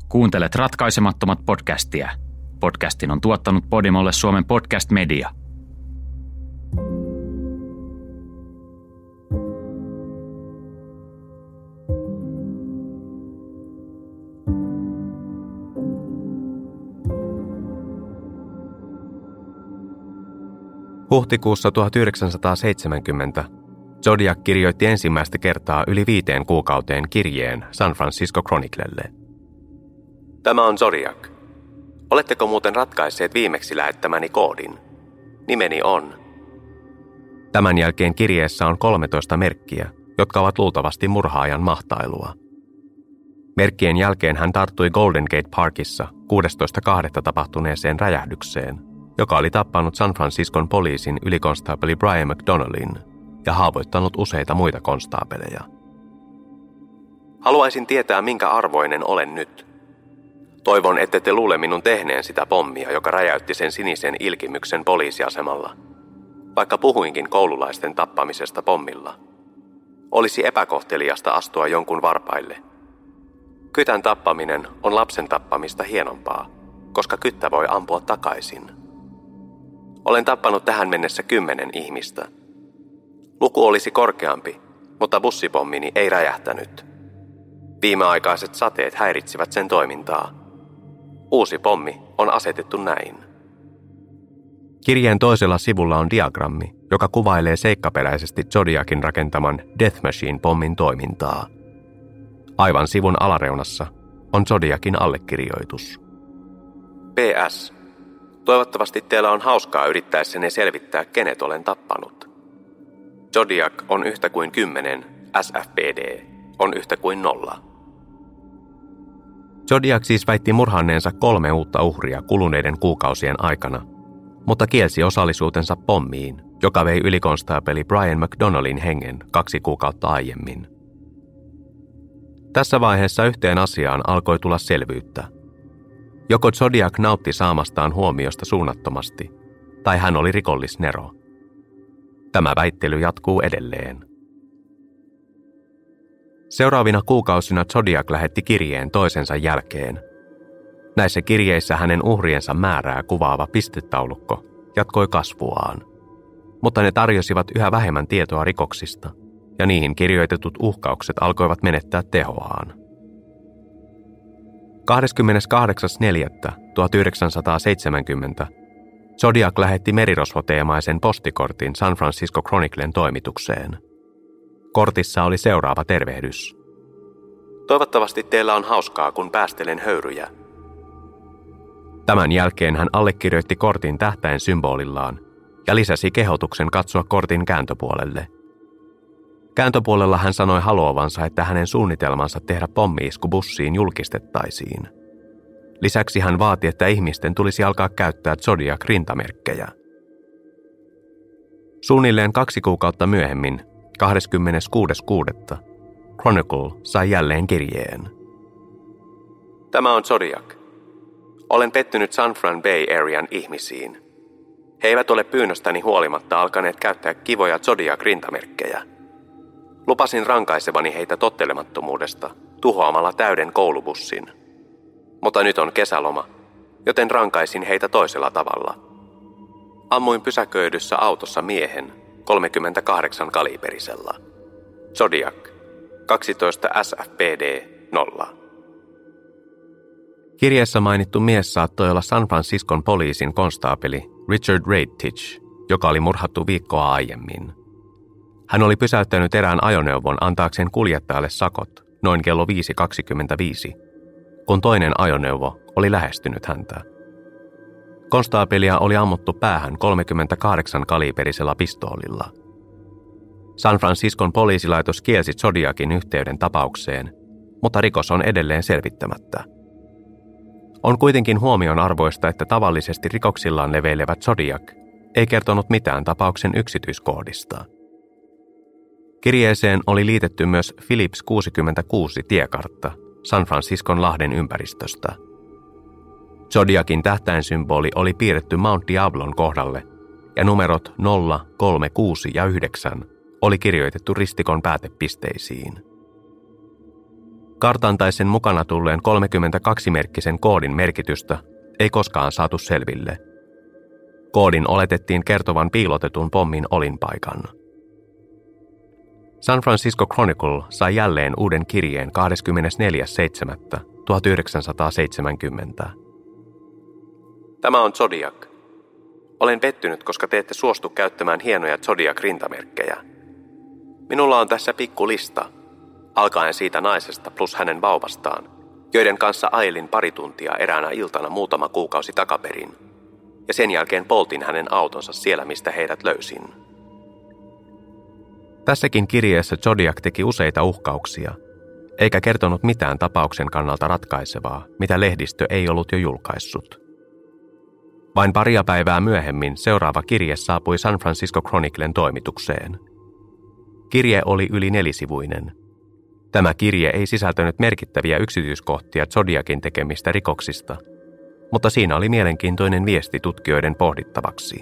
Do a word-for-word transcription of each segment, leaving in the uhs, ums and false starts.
Kuuntelet Ratkaisemattomat podcastia. Podcastin on tuottanut Podimolle Suomen Podcast Media. Huhtikuussa tuhatyhdeksänsataaseitsemänkymmentä Zodiac kirjoitti ensimmäistä kertaa yli viiteen kuukauteen kirjeen San Francisco Chroniclelle. Tämä on Zodiac. Oletteko muuten ratkaisseet viimeksi lähettämäni koodin? Nimeni on. Tämän jälkeen kirjeessä on kolmetoista merkkiä, jotka ovat luultavasti murhaajan mahtailua. Merkkien jälkeen hän tarttui Golden Gate Parkissa kuudestoista toinen tapahtuneeseen räjähdykseen, joka oli tappanut San Franciscon poliisin ylikonstaapeli Brian McDonnellin ja haavoittanut useita muita konstaapeleja. Haluaisin tietää, minkä arvoinen olen nyt. Toivon, ette te luule minun tehneen sitä pommia, joka räjäytti sen sinisen ilkimyksen poliisiasemalla. Vaikka puhuinkin koululaisten tappamisesta pommilla. Olisi epäkohteliasta astua jonkun varpaille. Kytän tappaminen on lapsen tappamista hienompaa, koska kyttä voi ampua takaisin. Olen tappanut tähän mennessä kymmenen ihmistä. Luku olisi korkeampi, mutta bussipommini ei räjähtänyt. Viimeaikaiset sateet häiritsivät sen toimintaa. Uusi pommi on asetettu näin. Kirjeen toisella sivulla on diagrammi, joka kuvailee seikkaperäisesti Zodiacin rakentaman Death Machine-pommin toimintaa. Aivan sivun alareunassa on Zodiacin allekirjoitus. P S. Toivottavasti teillä on hauskaa yrittäessäni selvittää, kenet olen tappanut. Zodiac on yhtä kuin kymmenen, S F P D on yhtä kuin nolla. Zodiac siis väitti murhanneensa kolme uutta uhria kuluneiden kuukausien aikana, mutta kielsi osallisuutensa pommiin, joka vei ylikonstaapeli Brian McDonnellin hengen kaksi kuukautta aiemmin. Tässä vaiheessa yhteen asiaan alkoi tulla selvyyttä. Joko Zodiac nautti saamastaan huomiosta suunnattomasti, tai hän oli rikollisnero. Tämä väittely jatkuu edelleen. Seuraavina kuukausina Zodiac lähetti kirjeen toisensa jälkeen. Näissä kirjeissä hänen uhriensa määrää kuvaava pistetaulukko jatkoi kasvuaan, mutta ne tarjosivat yhä vähemmän tietoa rikoksista, ja niihin kirjoitetut uhkaukset alkoivat menettää tehoaan. kahdeskymmeneskahdeksas neljättä tuhatyhdeksänsataaseitsemänkymmentä Zodiac lähetti merirosvoteemaisen postikortin San Francisco Chroniclen toimitukseen. Kortissa oli seuraava tervehdys. Toivottavasti teillä on hauskaa, kun päästelen höyryjä. Tämän jälkeen hän allekirjoitti kortin tähtäin symbolillaan ja lisäsi kehotuksen katsoa kortin kääntöpuolelle. Kääntöpuolella hän sanoi haluavansa, että hänen suunnitelmansa tehdä pommi-isku bussiin julkistettaisiin. Lisäksi hän vaati, että ihmisten tulisi alkaa käyttää Zodiac-rintamerkkejä. Suunnilleen kaksi kuukautta myöhemmin, kahdeskymmeneskuudes kuudetta Chronicle sai jälleen kirjeen. Tämä on Zodiac. Olen pettynyt San Fran Bay Arean ihmisiin. He eivät ole pyynnöstäni huolimatta alkaneet käyttää kivoja Zodiac-rintamerkkejä. Lupasin rankaisevani heitä tottelemattomuudesta tuhoamalla täyden koulubussin. Mutta nyt on kesäloma, joten rankaisin heitä toisella tavalla. Ammuin pysäköidyssä autossa miehen kolmekymmentäkahdeksan kaliberisella. Zodiac, kaksitoista S F P D nolla. Kirjeessä mainittu mies saattoi olla San Franciscon poliisin konstaapeli Richard Raitich, joka oli murhattu viikkoa aiemmin. Hän oli pysäyttänyt erään ajoneuvon antaakseen kuljettajalle sakot noin kello viisi kaksikymmentäviisi, kun toinen ajoneuvo oli lähestynyt häntä. Konstaapelia oli ammuttu päähän kolmekymmentäkahdeksan kaliberisella pistoolilla. San Franciscon poliisilaitos kielsi Zodiacin yhteyden tapaukseen, mutta rikos on edelleen selvittämättä. On kuitenkin huomionarvoista, että tavallisesti rikoksillaan leveilevä Zodiac ei kertonut mitään tapauksen yksityiskohdista. Kirjeeseen oli liitetty myös Phillips kuusikymmentäkuusi tiekartta San Franciscon lahden ympäristöstä. Zodiacin tähtäinsymboli oli piirretty Mount Diablon kohdalle ja numerot nolla, kolme, kuusi ja yhdeksän oli kirjoitettu ristikon päätepisteisiin. Kartan tai sen mukana tulleen kolmekymmentäkaksi-merkkisen koodin merkitystä ei koskaan saatu selville. Koodin oletettiin kertovan piilotetun pommin olinpaikan. San Francisco Chronicle sai jälleen uuden kirjeen kahdeskymmenesneljäs seitsemättä tuhatyhdeksänsataaseitsemänkymmentä. Tämä on Zodiac. Olen pettynyt, koska te ette suostu käyttämään hienoja Zodiac-rintamerkkejä. Minulla on tässä pikku lista, alkaen siitä naisesta plus hänen vauvastaan, joiden kanssa ajelin pari tuntia eräänä iltana muutama kuukausi takaperin, ja sen jälkeen poltin hänen autonsa siellä, mistä heidät löysin. Tässäkin kirjeessä Zodiac teki useita uhkauksia, eikä kertonut mitään tapauksen kannalta ratkaisevaa, mitä lehdistö ei ollut jo julkaissut. Vain paria päivää myöhemmin seuraava kirje saapui San Francisco Chroniclen toimitukseen. Kirje oli yli nelisivuinen. Tämä kirje ei sisältänyt merkittäviä yksityiskohtia Zodiacin tekemistä rikoksista, mutta siinä oli mielenkiintoinen viesti tutkijoiden pohdittavaksi.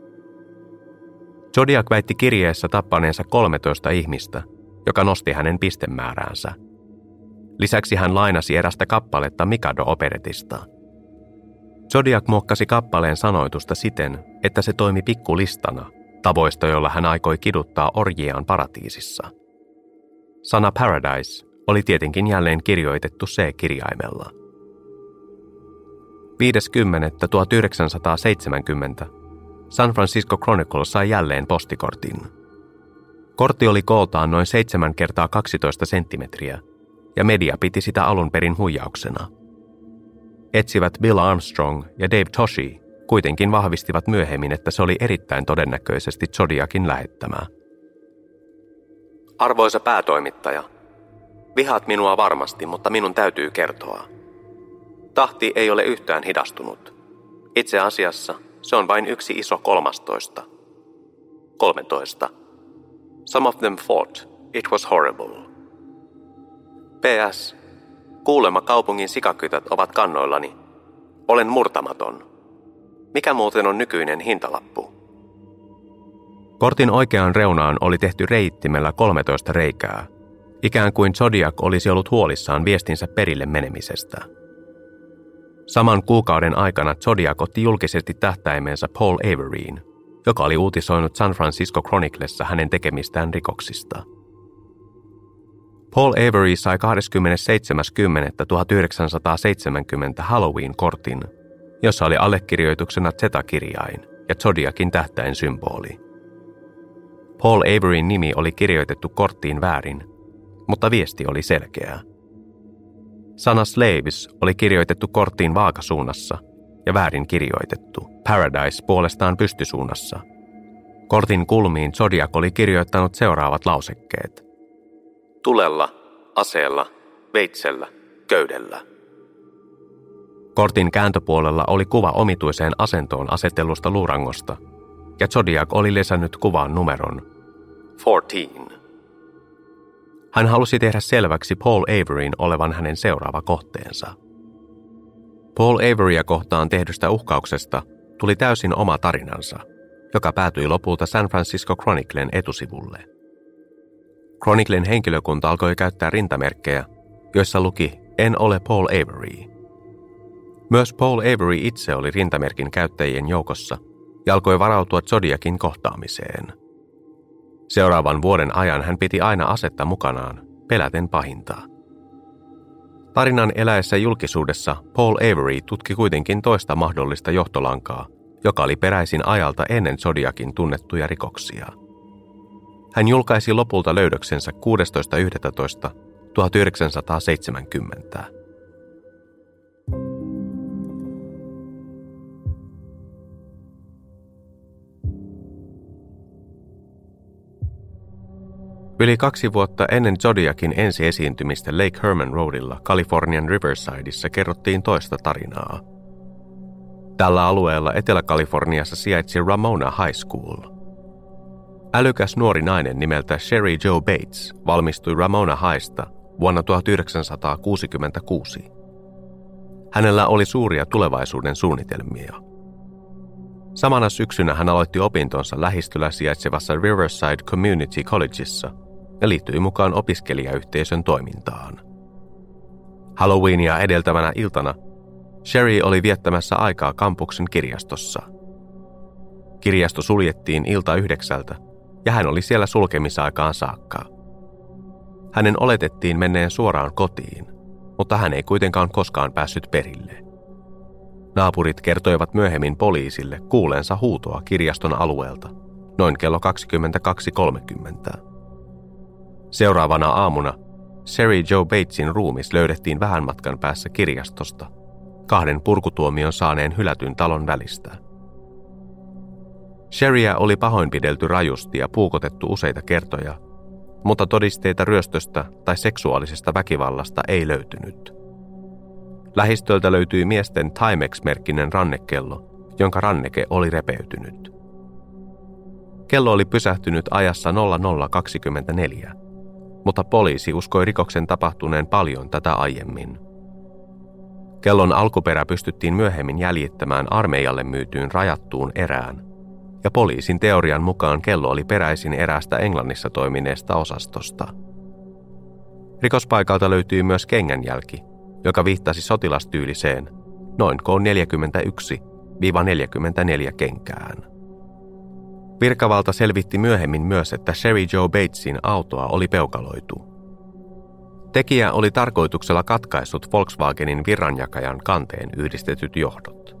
Zodiac väitti kirjeessä tappaneensa kolmetoista ihmistä, joka nosti hänen pistemääräänsä. Lisäksi hän lainasi erästä kappaletta Mikado-operetista. Zodiac muokkasi kappaleen sanoitusta siten, että se toimi pikkulistana tavoista, jolla hän aikoi kiduttaa orjiaan paratiisissa. Sana Paradise oli tietenkin jälleen kirjoitettu C-kirjaimella. viides kymmenettä tuhatyhdeksänsataaseitsemänkymmentä San Francisco Chronicle sai jälleen postikortin. Kortti oli kooltaan noin seitsemän kertaa kaksitoista senttimetriä, ja media piti sitä alun perin huijauksena. Etsivät Bill Armstrong ja Dave Toschi kuitenkin vahvistivat myöhemmin, että se oli erittäin todennäköisesti Zodiacin lähettämä. Arvoisa päätoimittaja, vihaat minua varmasti, mutta minun täytyy kertoa. Tahti ei ole yhtään hidastunut. Itse asiassa se on vain yksi iso kolmastoista. Kolmetoista. Some of them thought it was horrible. P S. Kuulemma kaupungin sikakytät ovat kannoillani. Olen murtamaton. Mikä muuten on nykyinen hintalappu? Kortin oikeaan reunaan oli tehty reittimellä kolmetoista reikää, ikään kuin Zodiac olisi ollut huolissaan viestinsä perille menemisestä. Saman kuukauden aikana Zodiac otti julkisesti tähtäimensä Paul Averyin, joka oli uutisoinut San Francisco Chroniclessa hänen tekemistään rikoksista. Paul Avery sai kahdeskymmenesseitsemäs kymmenettä tuhatyhdeksänsataaseitsemänkymmentä Halloween-kortin, jossa oli allekirjoituksena Z-kirjain ja Zodiacin tähtäin symboli. Paul Averyn nimi oli kirjoitettu korttiin väärin, mutta viesti oli selkeä. Sana Slaves oli kirjoitettu korttiin vaakasuunnassa ja väärin kirjoitettu, Paradise puolestaan pystysuunnassa. Kortin kulmiin Zodiac oli kirjoittanut seuraavat lausekkeet. Tulella, aseella, veitsellä, köydellä. Kortin kääntöpuolella oli kuva omituiseen asentoon asettelusta luurangosta, ja Zodiac oli lisännyt kuvaan numeron neljätoista. Hän halusi tehdä selväksi Paul Averyn olevan hänen seuraava kohteensa. Paul Averya kohtaan tehdystä uhkauksesta tuli täysin oma tarinansa, joka päätyi lopulta San Francisco Chroniclen etusivulle. Chroniclen henkilökunta alkoi käyttää rintamerkkejä, joissa luki "En ole Paul Avery". Myös Paul Avery itse oli rintamerkin käyttäjien joukossa ja alkoi varautua Zodiacin kohtaamiseen. Seuraavan vuoden ajan hän piti aina asetta mukanaan, peläten pahinta. Tarinan eläessä julkisuudessa Paul Avery tutki kuitenkin toista mahdollista johtolankaa, joka oli peräisin ajalta ennen Zodiacin tunnettuja rikoksia. Hän julkaisi lopulta löydöksensä kuudestoista yhdestoista tuhatyhdeksänsataaseitsemänkymmentä. Yli kaksi vuotta ennen Zodiacin ensiesiintymistä Lake Herman Roadilla Kalifornian Riversideissa kerrottiin toista tarinaa. Tällä alueella Etelä-Kaliforniassa sijaitsi Ramona High School. Älykäs nuori nainen nimeltä Sherry Jo Bates valmistui Ramona Highsta vuonna tuhatyhdeksänsataakuusikymmentäkuusi. Hänellä oli suuria tulevaisuuden suunnitelmia. Samana syksynä hän aloitti opintonsa lähistöllä sijaitsevassa Riverside Community Collegeissa ja liittyi mukaan opiskelijayhteisön toimintaan. Halloweenia edeltävänä iltana Sherry oli viettämässä aikaa kampuksen kirjastossa. Kirjasto suljettiin ilta yhdeksältä ja hän oli siellä sulkemisaikaan saakka. Hänen oletettiin menneen suoraan kotiin, mutta hän ei kuitenkaan koskaan päässyt perille. Naapurit kertoivat myöhemmin poliisille kuuleensa huutoa kirjaston alueelta noin kello kaksikymmentäkaksi kolmekymmentä. Seuraavana aamuna Sherry Joe Batesin ruumis löydettiin vähän matkan päässä kirjastosta, kahden purkutuomion saaneen hylätyn talon välistä. Sherryä oli pahoinpidelty rajusti ja puukotettu useita kertoja, mutta todisteita ryöstöstä tai seksuaalisesta väkivallasta ei löytynyt. Lähistöltä löytyi miesten Timex-merkkinen rannekello, jonka ranneke oli repeytynyt. Kello oli pysähtynyt ajassa nolla nolla kaksikymmentäneljä, mutta poliisi uskoi rikoksen tapahtuneen paljon tätä aiemmin. Kellon alkuperä pystyttiin myöhemmin jäljittämään armeijalle myytyyn rajattuun erään, ja poliisin teorian mukaan kello oli peräisin eräästä Englannissa toimineesta osastosta. Rikospaikalta löytyi myös kengänjälki, joka viittasi sotilastyyliseen noin K neljäkymmentäyksi neljäkymmentäneljä kenkään. Virkavalta selvitti myöhemmin myös, että Sherry Joe Batesin autoa oli peukaloitu. Tekijä oli tarkoituksella katkaissut Volkswagenin virranjakajan kanteen yhdistetyt johdot.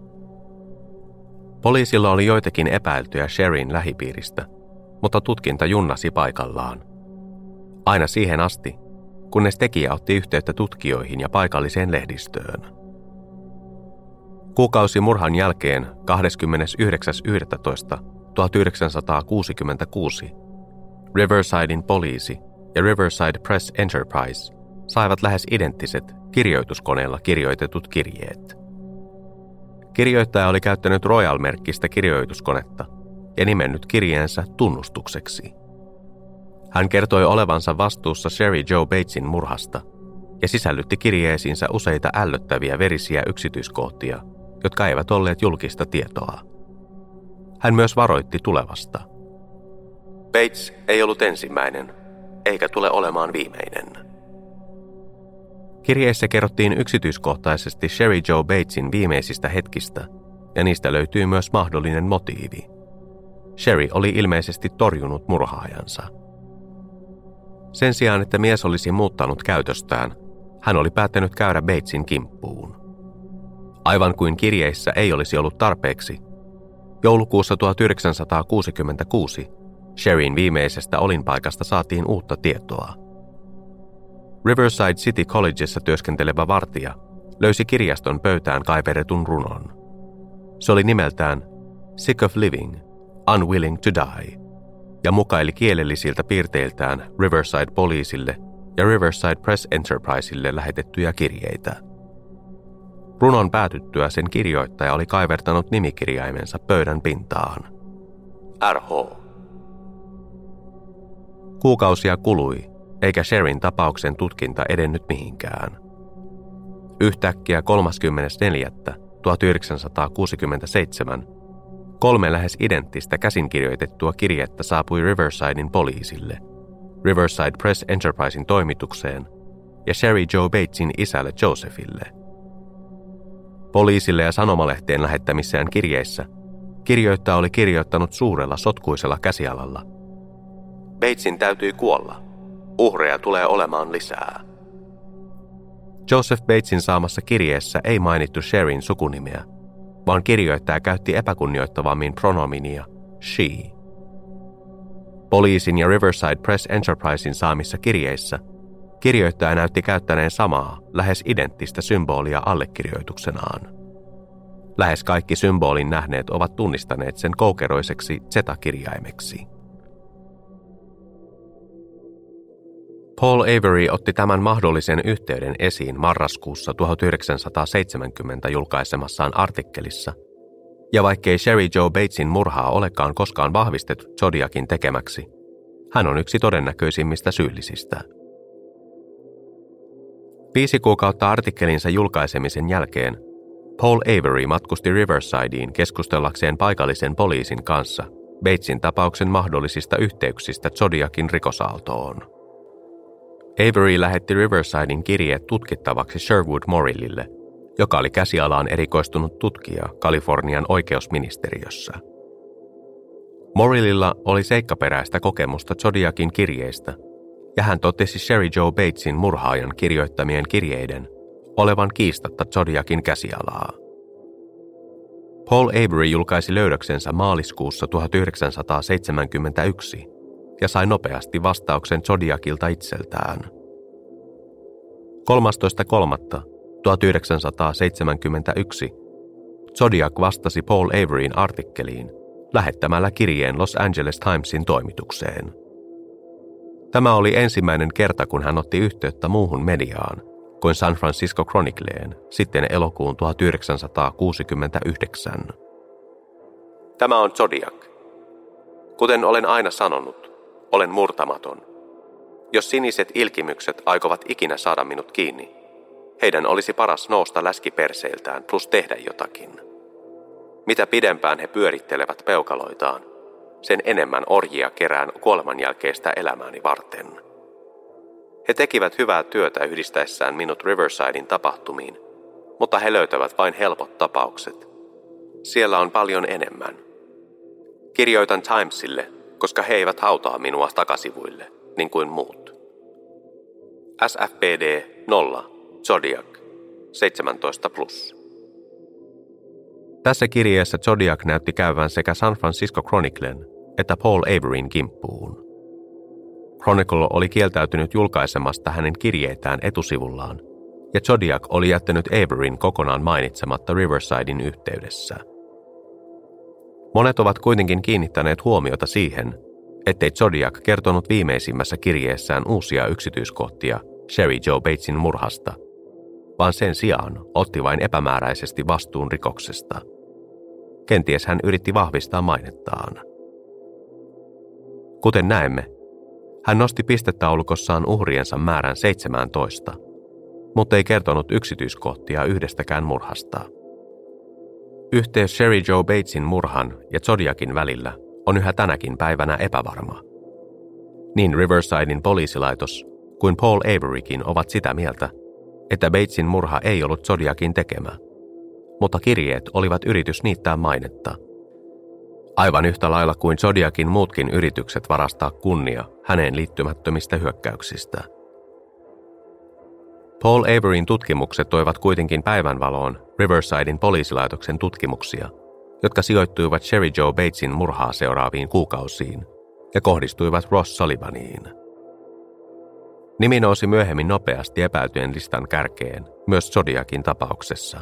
Poliisilla oli joitakin epäiltyjä Sherryn lähipiiristä, mutta tutkinta junnasi paikallaan. Aina siihen asti, kunnes tekijä otti yhteyttä tutkijoihin ja paikalliseen lehdistöön. Kuukausi murhan jälkeen kahdeskymmenesyhdeksäs yhdestoista tuhatyhdeksänsataakuusikymmentäkuusi Riversiden poliisi ja Riverside Press Enterprise saivat lähes identtiset kirjoituskoneella kirjoitetut kirjeet. Kirjoittaja oli käyttänyt Royal-merkkistä kirjoituskonetta ja nimennyt kirjeensä tunnustukseksi. Hän kertoi olevansa vastuussa Sherry Joe Batesin murhasta ja sisällytti kirjeisiinsä useita ällöttäviä verisiä yksityiskohtia, jotka eivät olleet julkista tietoa. Hän myös varoitti tulevasta. Bates ei ollut ensimmäinen, eikä tule olemaan viimeinen. Kirjeissä kerrottiin yksityiskohtaisesti Sherry Joe Batesin viimeisistä hetkistä, ja niistä löytyy myös mahdollinen motiivi. Sherry oli ilmeisesti torjunut murhaajansa. Sen sijaan, että mies olisi muuttanut käytöstään, hän oli päättänyt käydä Batesin kimppuun. Aivan kuin kirjeissä ei olisi ollut tarpeeksi, joulukuussa tuhatyhdeksänsataakuusikymmentäkuusi Sherryn viimeisestä olinpaikasta saatiin uutta tietoa. Riverside City Collegeissa työskentelevä vartija löysi kirjaston pöytään kaiveretun runon. Se oli nimeltään Sick of Living, Unwilling to Die, ja mukaili kielellisiltä piirteiltään Riverside-poliisille ja Riverside Press Enterpriselle lähetettyjä kirjeitä. Runon päätyttyä sen kirjoittaja oli kaivertanut nimikirjaimensa pöydän pintaan. R H. Kuukausia kului, eikä Sherryn tapauksen tutkinta edennyt mihinkään. Yhtäkkiä kolmaskymmenes neljättä tuhatyhdeksänsataakuusikymmentäseitsemän kolme lähes identtistä käsinkirjoitettua kirjettä saapui Riversiden poliisille, Riverside Press Enterprisein toimitukseen ja Sherry Joe Batesin isälle Josephille. Poliisille ja sanomalehteen lähettämissään kirjeissä kirjoittaja oli kirjoittanut suurella sotkuisella käsialalla. Batesin täytyy kuolla. Uhreja tulee olemaan lisää. Joseph Batesin saamassa kirjeessä ei mainittu Sherryn sukunimeä, vaan kirjoittaja käytti epäkunnioittavammin pronominia she. Poliisin ja Riverside Press Enterprisein saamissa kirjeissä kirjoittaja näytti käyttäneen samaa, lähes identtistä symbolia allekirjoituksenaan. Lähes kaikki symbolin nähneet ovat tunnistaneet sen koukeroiseksi Z-kirjaimeksi. Paul Avery otti tämän mahdollisen yhteyden esiin marraskuussa tuhatyhdeksänsataaseitsemänkymmentä julkaisemassaan artikkelissa, ja vaikkei Sherry Joe Batesin murhaa olekaan koskaan vahvistettu Zodiacin tekemäksi, hän on yksi todennäköisimmistä syyllisistä. Viisi kuukautta artikkelinsa julkaisemisen jälkeen Paul Avery matkusti Riversideen keskustellakseen paikallisen poliisin kanssa Batesin tapauksen mahdollisista yhteyksistä Zodiacin rikosaaltoon. Avery lähetti Riversiden kirjeet tutkittavaksi Sherwood Morrillille, joka oli käsialaan erikoistunut tutkija Kalifornian oikeusministeriössä. Morrillilla oli seikkaperäistä kokemusta Zodiacin kirjeistä, ja hän totesi Sherry Joe Batesin murhaajan kirjoittamien kirjeiden olevan kiistatta Zodiacin käsialaa. Paul Avery julkaisi löydöksensä maaliskuussa tuhatyhdeksänsataaseitsemänkymmentäyksi ja sai nopeasti vastauksen Zodiacilta itseltään. kolmastoista kolmatta tuhatyhdeksänsataaseitsemänkymmentäyksi Zodiac vastasi Paul Averyn artikkeliin lähettämällä kirjeen Los Angeles Timesin toimitukseen. Tämä oli ensimmäinen kerta, kun hän otti yhteyttä muuhun mediaan kuin San Francisco Chronicleen sitten elokuun tuhatyhdeksänsataakuusikymmentäyhdeksän. Tämä on Zodiac. Kuten olen aina sanonut, olen murtamaton. Jos siniset ilkimykset aikovat ikinä saada minut kiinni, heidän olisi paras nousta läskiperseiltään plus tehdä jotakin. Mitä pidempään he pyörittelevät peukaloitaan, sen enemmän orjia kerään kuoleman jälkeistä elämääni varten. He tekivät hyvää työtä yhdistäessään minut Riversiden tapahtumiin, mutta he löytävät vain helpot tapaukset. Siellä on paljon enemmän. Kirjoitan Timesille, koska he eivät hautaa minua takasivuille, niin kuin muut. S F P D nolla, Zodiac, seitsemäntoista plus. Tässä kirjeessä Zodiac näytti käyvän sekä San Francisco Chroniclen että Paul Averyn kimppuun. Chronicle oli kieltäytynyt julkaisemasta hänen kirjeitään etusivullaan, ja Zodiac oli jättänyt Averyn kokonaan mainitsematta Riversiden yhteydessä. Monet ovat kuitenkin kiinnittäneet huomiota siihen, ettei Zodiac kertonut viimeisimmässä kirjeessään uusia yksityiskohtia Sherry Joe Batesin murhasta, vaan sen sijaan otti vain epämääräisesti vastuun rikoksesta. Kenties hän yritti vahvistaa mainettaan. Kuten näemme, hän nosti pistetaulukossaan uhriensa määrän seitsemäntoista, mutta ei kertonut yksityiskohtia yhdestäkään murhasta. Yhteys Sherry Joe Batesin murhan ja Zodiacin välillä on yhä tänäkin päivänä epävarma. Niin Riversiden poliisilaitos kuin Paul Averykin ovat sitä mieltä, että Batesin murha ei ollut Zodiacin tekemä, mutta kirjeet olivat yritys niittää mainetta. Aivan yhtä lailla kuin Zodiacin muutkin yritykset varastaa kunnia häneen liittymättömistä hyökkäyksistä. Paul Averyn tutkimukset toivat kuitenkin päivänvaloon Riversiden poliisilaitoksen tutkimuksia, jotka sijoittuivat Sherry Joe Batesin murhaa seuraaviin kuukausiin ja kohdistuivat Ross Sullivaniin. Nimi nousi myöhemmin nopeasti epäiltyjen listan kärkeen myös Zodiacin tapauksessa.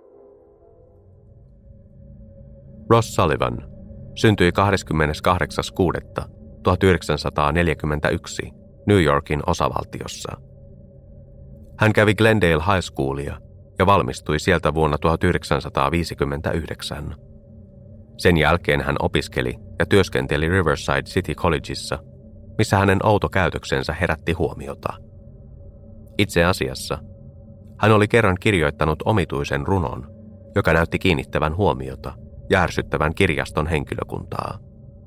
Ross Sullivan syntyi kahdeskymmeneskahdeksas kuudetta tuhatyhdeksänsataaneljäkymmentäyksi New Yorkin osavaltiossa. Hän kävi Glendale High Schoolia ja valmistui sieltä vuonna tuhatyhdeksänsataaviisikymmentäyhdeksän. Sen jälkeen hän opiskeli ja työskenteli Riverside City Collegeissa, missä hänen outo käytöksensä herätti huomiota. Itse asiassa hän oli kerran kirjoittanut omituisen runon, joka näytti kiinnittävän huomiota ja ärsyttävän kirjaston henkilökuntaa.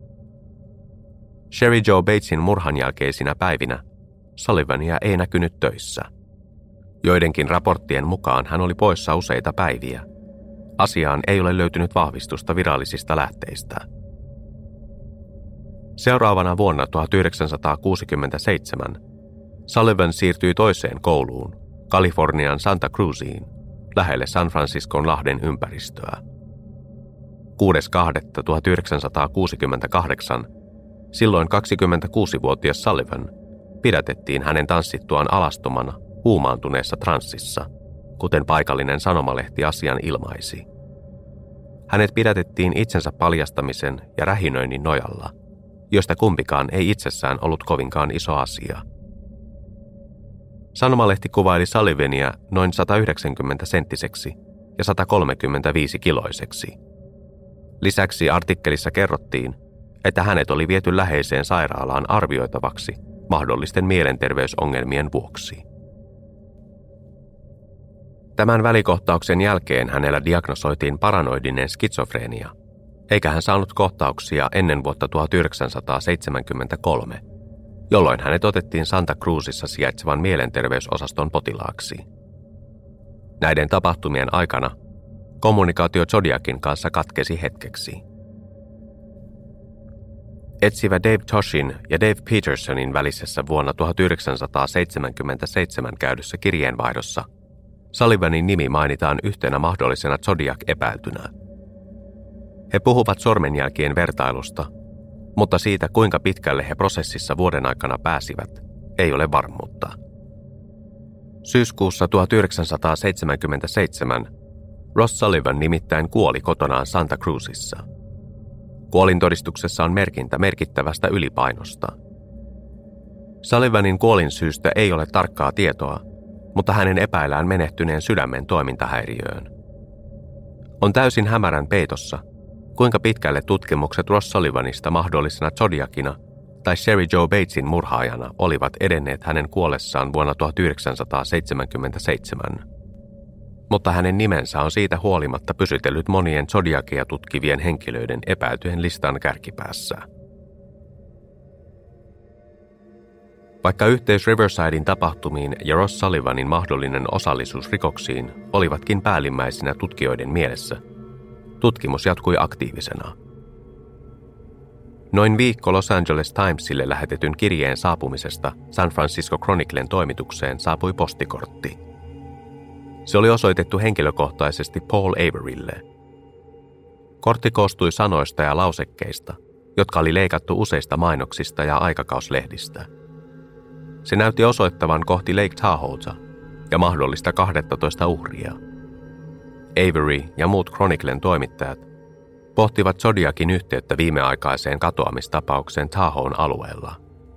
Sherry Joe Batesin murhan jälkeisinä päivinä Sullivania ei näkynyt töissä. Joidenkin raporttien mukaan hän oli poissa useita päiviä. Asiaan ei ole löytynyt vahvistusta virallisista lähteistä. Seuraavana vuonna tuhatyhdeksänsataakuusikymmentäseitsemän Sullivan siirtyi toiseen kouluun, Kalifornian Santa Cruziin, lähelle San Franciscon lahden ympäristöä. kuudes toinen tuhatyhdeksänsataakuusikymmentäkahdeksan silloin kaksikymmentäkuusivuotias Sullivan pidätettiin hänen tanssittuaan alastomana huumaantuneessa transsissa, kuten paikallinen sanomalehti asian ilmaisi. Hänet pidätettiin itsensä paljastamisen ja rähinöinnin nojalla, josta kumpikaan ei itsessään ollut kovinkaan iso asia. Sanomalehti kuvaili Sullivania noin sata yhdeksänkymmentä senttiseksi ja sata kolmekymmentäviisi kiloiseksi. Lisäksi artikkelissa kerrottiin, että hänet oli viety läheiseen sairaalaan arvioitavaksi mahdollisten mielenterveysongelmien vuoksi. Tämän välikohtauksen jälkeen hänellä diagnosoitiin paranoidinen skitsofrenia, eikä hän saanut kohtauksia ennen vuotta tuhatyhdeksänsataaseitsemänkymmentäkolme, jolloin hänet otettiin Santa Cruzissa sijaitsevan mielenterveysosaston potilaaksi. Näiden tapahtumien aikana kommunikaatio Zodiacin kanssa katkesi hetkeksi. Etsivä Dave Toshin ja Dave Petersonin välisessä vuonna tuhatyhdeksänsataaseitsemänkymmentäseitsemän käydyssä kirjeenvaihdossa Sullivanin nimi mainitaan yhtenä mahdollisena Zodiac-epäiltynä. He puhuvat sormenjälkien vertailusta, mutta siitä kuinka pitkälle he prosessissa vuoden aikana pääsivät, ei ole varmuutta. Syyskuussa tuhatyhdeksänsataaseitsemänkymmentäseitsemän Ross Sullivan nimittäin kuoli kotonaan Santa Cruzissa. Kuolintodistuksessa on merkintä merkittävästä ylipainosta. Sullivanin kuolinsyystä ei ole tarkkaa tietoa, mutta hänen epäillään menehtyneen sydämen toimintahäiriöön. On täysin hämärän peitossa, kuinka pitkälle tutkimukset Ross Sullivanista mahdollisena Zodiacina tai Sherry Joe Batesin murhaajana olivat edenneet hänen kuollessaan vuonna tuhatyhdeksänsataaseitsemänkymmentäseitsemän. Mutta hänen nimensä on siitä huolimatta pysytellyt monien Zodiacia tutkivien henkilöiden epäiltyjen listan kärkipäässä. Vaikka yhteys Riversidein tapahtumiin ja Ross Sullivanin mahdollinen osallisuus rikoksiin olivatkin päällimmäisinä tutkijoiden mielessä, tutkimus jatkui aktiivisena. Noin viikko Los Angeles Timesille lähetetyn kirjeen saapumisesta San Francisco Chroniclen toimitukseen saapui postikortti. Se oli osoitettu henkilökohtaisesti Paul Averylle. Kortti koostui sanoista ja lausekkeista, jotka oli leikattu useista mainoksista ja aikakauslehdistä. Se näytti osoittavan kohti Lake Tahota ja mahdollista kahdetoista uhria. Avery ja muut Chroniclen toimittajat pohtivat Zodiacin yhteyttä viimeaikaiseen katoamistapaukseen Tahoen alueella.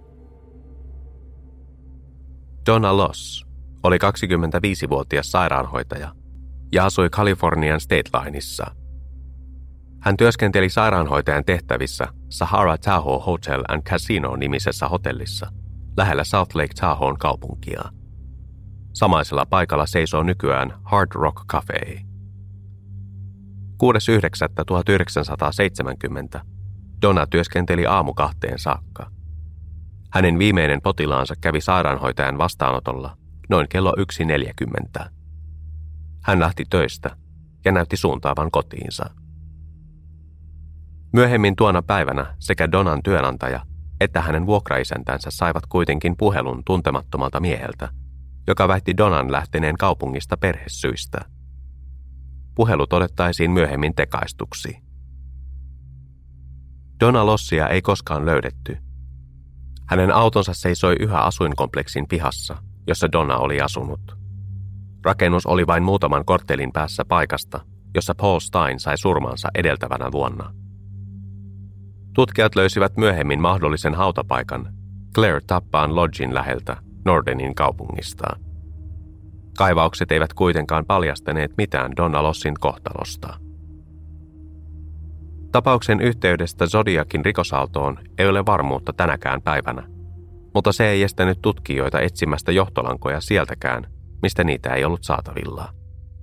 Donna Loss oli kaksikymmentäviisivuotias sairaanhoitaja ja asui Kalifornian State Lineissa. Hän työskenteli sairaanhoitajan tehtävissä Sahara Tahoe Hotel and Casino-nimisessä hotellissa lähellä South Lake Tahoen kaupunkia. Samaisella paikalla seisoo nykyään Hard Rock Cafe. kuudes yhdeksättä tuhatyhdeksänsataaseitsemänkymmentä Donna työskenteli aamukahteen saakka. Hänen viimeinen potilaansa kävi sairaanhoitajan vastaanotolla noin kello yksi neljäkymmentä. Hän lähti töistä ja näytti suuntaavan kotiinsa. Myöhemmin tuona päivänä sekä Donnan työnantaja että hänen vuokraisäntänsä saivat kuitenkin puhelun tuntemattomalta mieheltä, joka väitti Donnan lähteneen kaupungista perhesyistä. Puhelu todettaisiin myöhemmin tekaistuksi. Donna Lossia ei koskaan löydetty. Hänen autonsa seisoi yhä asuinkompleksin pihassa, jossa Donna oli asunut. Rakennus oli vain muutaman korttelin päässä paikasta, jossa Paul Stine sai surmansa edeltävänä vuonna. Tutkijat löysivät myöhemmin mahdollisen hautapaikan Claire Tappaan Lodgin läheltä Nordenin kaupungista. Kaivaukset eivät kuitenkaan paljastaneet mitään Donna Lossin kohtalosta. Tapauksen yhteydestä Zodiacin rikosaaltoon ei ole varmuutta tänäkään päivänä, mutta se ei estänyt tutkijoita etsimästä johtolankoja sieltäkään, mistä niitä ei ollut saatavilla.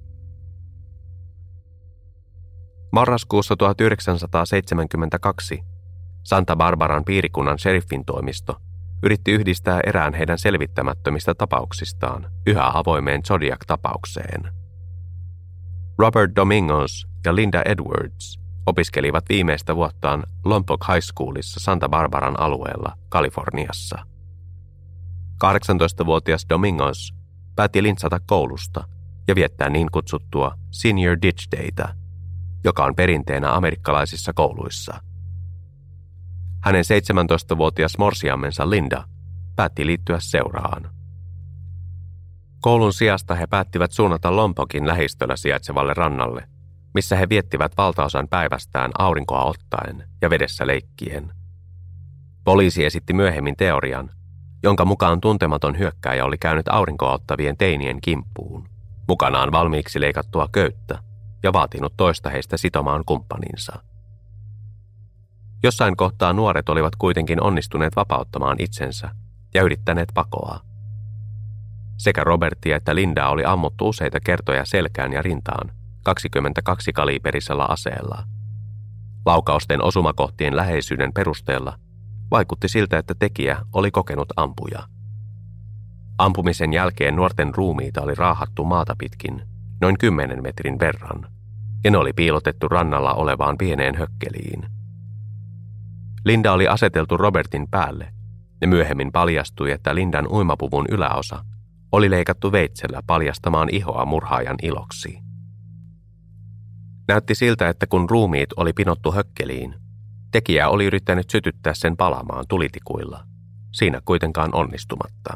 Marraskuussa tuhatyhdeksänsataaseitsemänkymmentäkaksi Santa Barbaran piirikunnan sheriffin toimisto yritti yhdistää erään heidän selvittämättömistä tapauksistaan yhä avoimeen Zodiac-tapaukseen. Robert Domingos ja Linda Edwards opiskelivat viimeistä vuottaan Lompoc High Schoolissa Santa Barbaran alueella, Kaliforniassa. kahdeksantoistavuotias Domingos päätti lintsata koulusta ja viettää niin kutsuttua Senior Ditch Dayta, joka on perinteenä amerikkalaisissa kouluissa. Hänen seitsemäntoistavuotias morsiammensa Linda päätti liittyä seuraan. Koulun sijasta he päättivät suunnata Lompocin lähistöllä sijaitsevalle rannalle, missä he viettivät valtaosan päivästään aurinkoa ottaen ja vedessä leikkien. Poliisi esitti myöhemmin teorian, jonka mukaan tuntematon hyökkääjä oli käynyt aurinkoa ottavien teinien kimppuun, mukanaan valmiiksi leikattua köyttä ja vaatinut toista heistä sitomaan kumppaninsa. Jossain kohtaa nuoret olivat kuitenkin onnistuneet vapauttamaan itsensä ja yrittäneet pakoa. Sekä Robertia että Lindaa oli ammuttu useita kertoja selkään ja rintaan kaksikymmentäkaksi kaliiperisella aseella. Laukausten osumakohtien läheisyyden perusteella vaikutti siltä, että tekijä oli kokenut ampuja. Ampumisen jälkeen nuorten ruumiita oli raahattu maata pitkin noin kymmenen metrin verran, ja ne oli piilotettu rannalla olevaan pieneen hökkeliin. Linda oli aseteltu Robertin päälle, ja myöhemmin paljastui, että Lindan uimapuvun yläosa oli leikattu veitsellä paljastamaan ihoa murhaajan iloksi. Näytti siltä, että kun ruumiit oli pinottu hökkeliin, tekijä oli yrittänyt sytyttää sen palamaan tulitikuilla, siinä kuitenkaan onnistumatta.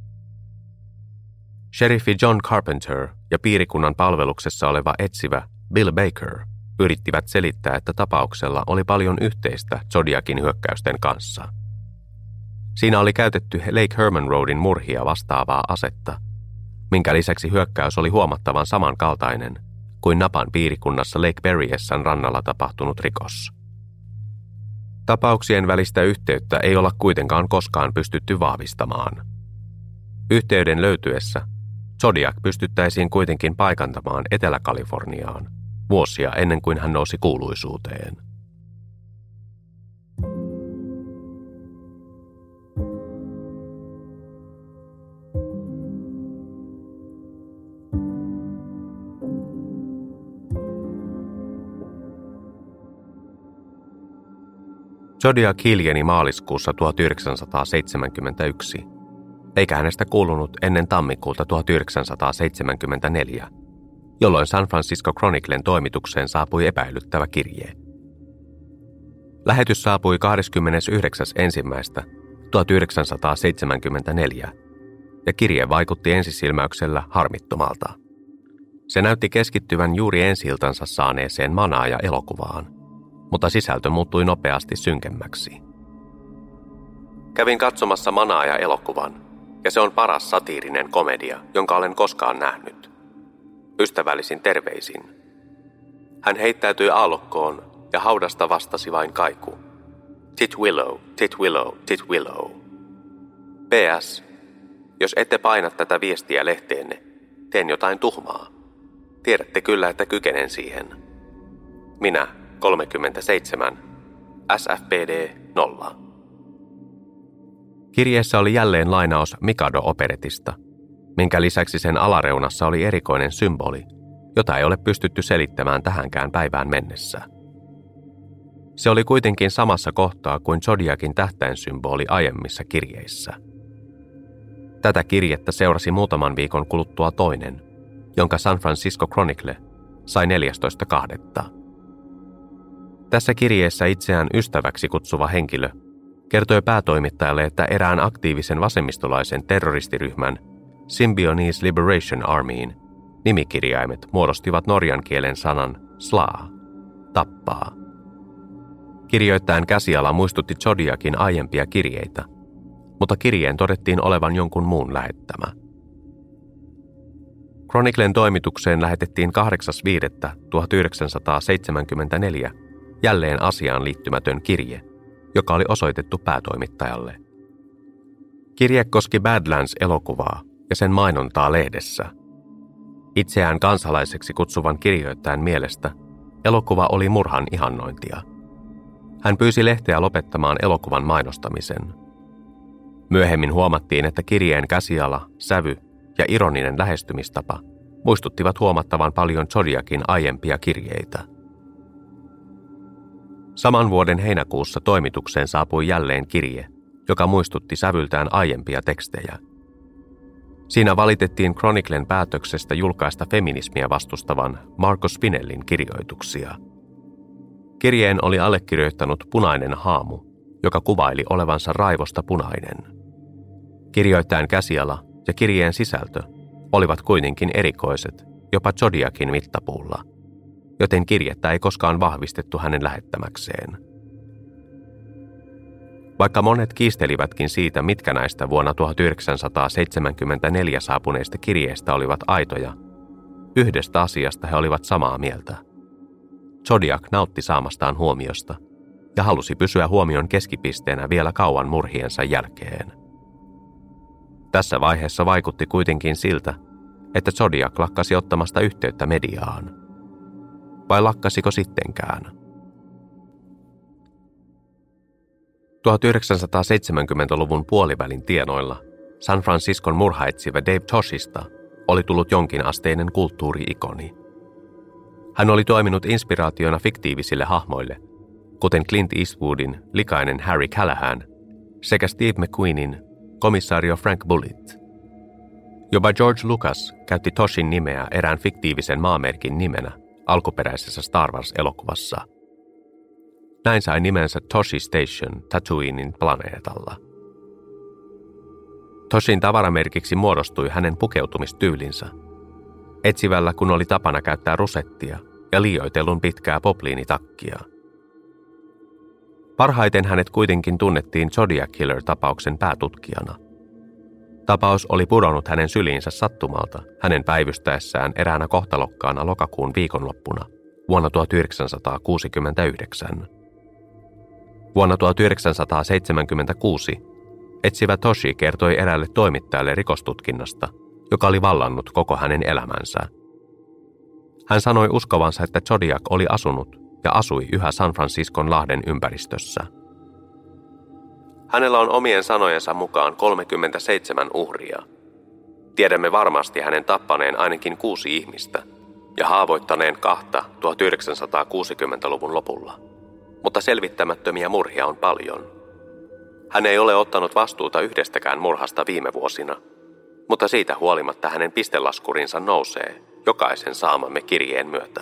Sheriffi John Carpenter ja piirikunnan palveluksessa oleva etsivä Bill Baker yrittivät selittää, että tapauksella oli paljon yhteistä Zodiacin hyökkäysten kanssa. Siinä oli käytetty Lake Herman Roadin murhia vastaavaa asetta, minkä lisäksi hyökkäys oli huomattavan samankaltainen kuin Napan piirikunnassa Lake Berryessan rannalla tapahtunut rikos. Tapauksien välistä yhteyttä ei olla kuitenkaan koskaan pystytty vahvistamaan. Yhteyden löytyessä Zodiac pystyttäisiin kuitenkin paikantamaan Etelä-Kaliforniaan vuosia ennen kuin hän nousi kuuluisuuteen. Zodiac hiljeni maaliskuussa tuhatyhdeksänsataaseitsemänkymmentäyksi, eikä hänestä kuulunut ennen tammikuuta tuhatyhdeksänsataaseitsemänkymmentäneljä, jolloin San Francisco Chroniclen toimitukseen saapui epäilyttävä kirje. Lähetys saapui kahdeskymmenesyhdeksäs ensimmäistä tuhatyhdeksänsataaseitsemänkymmentäneljä, ja kirje vaikutti ensisilmäyksellä harmittomalta. Se näytti keskittyvän juuri ensi-iltansa saaneeseen Manaaja-elokuvaan, mutta sisältö muuttui nopeasti synkemmäksi. Kävin katsomassa Manaaja-elokuvan, ja se on paras satiirinen komedia, jonka olen koskaan nähnyt. Ystävällisin terveisin. Hän heittäytyi aallokkoon, ja haudasta vastasi vain kaiku. Titwillow, Titwillow, Titwillow. P S. Jos ette paina tätä viestiä lehteenne, teen jotain tuhmaa. Tiedätte kyllä, että kykenen siihen. Minä, kolmekymmentäseitsemän, S F P D nolla. Kirjeessä oli jälleen lainaus Mikado-operetista, minkä lisäksi sen alareunassa oli erikoinen symboli, jota ei ole pystytty selittämään tähänkään päivään mennessä. Se oli kuitenkin samassa kohtaa kuin Zodiacin tähtäinsymboli aiemmissa kirjeissä. Tätä kirjettä seurasi muutaman viikon kuluttua toinen, jonka San Francisco Chronicle sai neljästoista toista Tässä kirjeessä itseään ystäväksi kutsuva henkilö kertoi päätoimittajalle, että erään aktiivisen vasemmistolaisen terroristiryhmän Symbionese Liberation Armyin nimikirjaimet muodostivat norjan kielen sanan slaa, tappaa. Kirjoittajan käsiala muistutti Zodiacin aiempia kirjeitä, mutta kirjeen todettiin olevan jonkun muun lähettämä. Chroniclen toimitukseen lähetettiin kahdeksas viidettä tuhatyhdeksänsataaseitsemänkymmentäneljä jälleen asiaan liittymätön kirje, joka oli osoitettu päätoimittajalle. Kirje koski Badlands-elokuvaa ja sen mainontaa lehdessä. Itseään kansalaiseksi kutsuvan kirjoittajan mielestä elokuva oli murhan ihannointia. Hän pyysi lehteä lopettamaan elokuvan mainostamisen. Myöhemmin huomattiin, että kirjeen käsiala, sävy ja ironinen lähestymistapa muistuttivat huomattavan paljon Zodiacin aiempia kirjeitä. Saman vuoden heinäkuussa toimitukseen saapui jälleen kirje, joka muistutti sävyltään aiempia tekstejä. Siinä valitettiin Chroniclen päätöksestä julkaista feminismiä vastustavan Marco Spinellin kirjoituksia. Kirjeen oli allekirjoittanut punainen haamu, joka kuvaili olevansa raivosta punainen. Kirjoittajan käsiala ja kirjeen sisältö olivat kuitenkin erikoiset, jopa Zodiacin mittapuulla, joten kirjettä ei koskaan vahvistettu hänen lähettämäkseen. Vaikka monet kiistelivätkin siitä, mitkä näistä vuonna tuhatyhdeksänsataaseitsemänkymmentäneljä saapuneista kirjeistä olivat aitoja, yhdestä asiasta he olivat samaa mieltä. Zodiac nautti saamastaan huomiosta ja halusi pysyä huomion keskipisteenä vielä kauan murhiensa jälkeen. Tässä vaiheessa vaikutti kuitenkin siltä, että Zodiac lakkasi ottamasta yhteyttä mediaan. Vai lakkasiko sittenkään? tuhatyhdeksänsataaseitsemänkymmentäluvun puolivälin tienoilla San Franciscon murhaetsivä Dave Toshista oli tullut jonkinasteinen kulttuuri-ikoni. Hän oli toiminut inspiraationa fiktiivisille hahmoille, kuten Clint Eastwoodin likainen Harry Callahan sekä Steve McQueenin komissaario Frank Bullitt. Jopa George Lucas käytti Toshin nimeä erään fiktiivisen maamerkin nimenä alkuperäisessä Star Wars-elokuvassa. Näin sai nimensä Toshi Station Tatooinen planeetalla. Toshin tavaramerkiksi muodostui hänen pukeutumistyylinsä. Etsivällä kun oli tapana käyttää rusettia ja liioitellun pitkää popliinitakkia. Parhaiten hänet kuitenkin tunnettiin Zodiac Killer-tapauksen päätutkijana. Tapaus oli pudonnut hänen syliinsä sattumalta hänen päivystäessään eräänä kohtalokkaana lokakuun viikonloppuna vuonna tuhatyhdeksänsataakuusikymmentäyhdeksän. Vuonna tuhatyhdeksänsataaseitsemänkymmentäkuusi etsivä Toshi kertoi eräälle toimittajalle rikostutkinnasta, joka oli vallannut koko hänen elämänsä. Hän sanoi uskovansa, että Zodiac oli asunut ja asui yhä San Franciscon lahden ympäristössä. Hänellä on omien sanojensa mukaan kolmekymmentäseitsemän uhria. Tiedämme varmasti hänen tappaneen ainakin kuusi ihmistä ja haavoittaneen kahta tuhatyhdeksänsataakuusikymmentäluvun lopulla. Mutta selvittämättömiä murhia on paljon. Hän ei ole ottanut vastuuta yhdestäkään murhasta viime vuosina, mutta siitä huolimatta hänen pistelaskurinsa nousee jokaisen saamamme kirjeen myötä.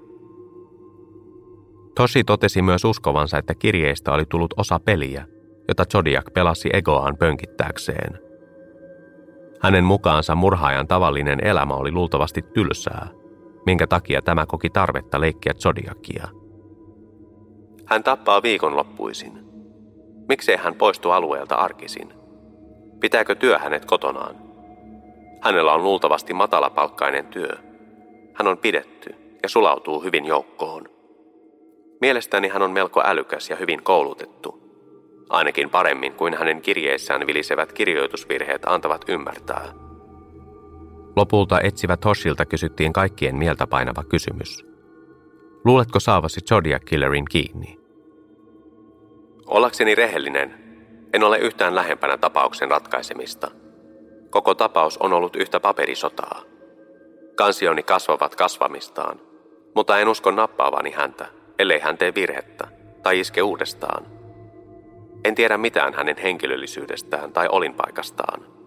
Toshi totesi myös uskovansa, että kirjeistä oli tullut osa peliä, jota Zodiac pelasi egoaan pönkittääkseen. Hänen mukaansa murhaajan tavallinen elämä oli luultavasti tylsää, minkä takia tämä koki tarvetta leikkiä Zodiacia. Hän tappaa viikonloppuisin. Miksei hän poistu alueelta arkisin? Pitääkö työ hänet kotonaan? Hänellä on luultavasti matalapalkkainen työ. Hän on pidetty ja sulautuu hyvin joukkoon. Mielestäni hän on melko älykäs ja hyvin koulutettu. Ainakin paremmin kuin hänen kirjeissään vilisevät kirjoitusvirheet antavat ymmärtää. Lopulta etsivä Toshilta kysyttiin kaikkien mieltä painava kysymys. Luuletko saavasi Zodiac Killerin kiinni? Ollakseni rehellinen, en ole yhtään lähempänä tapauksen ratkaisemista. Koko tapaus on ollut yhtä paperisotaa. Kansioni kasvavat kasvamistaan, mutta en usko nappaavani häntä, ellei hän tee virhettä tai iske uudestaan. En tiedä mitään hänen henkilöllisyydestään tai olinpaikastaan.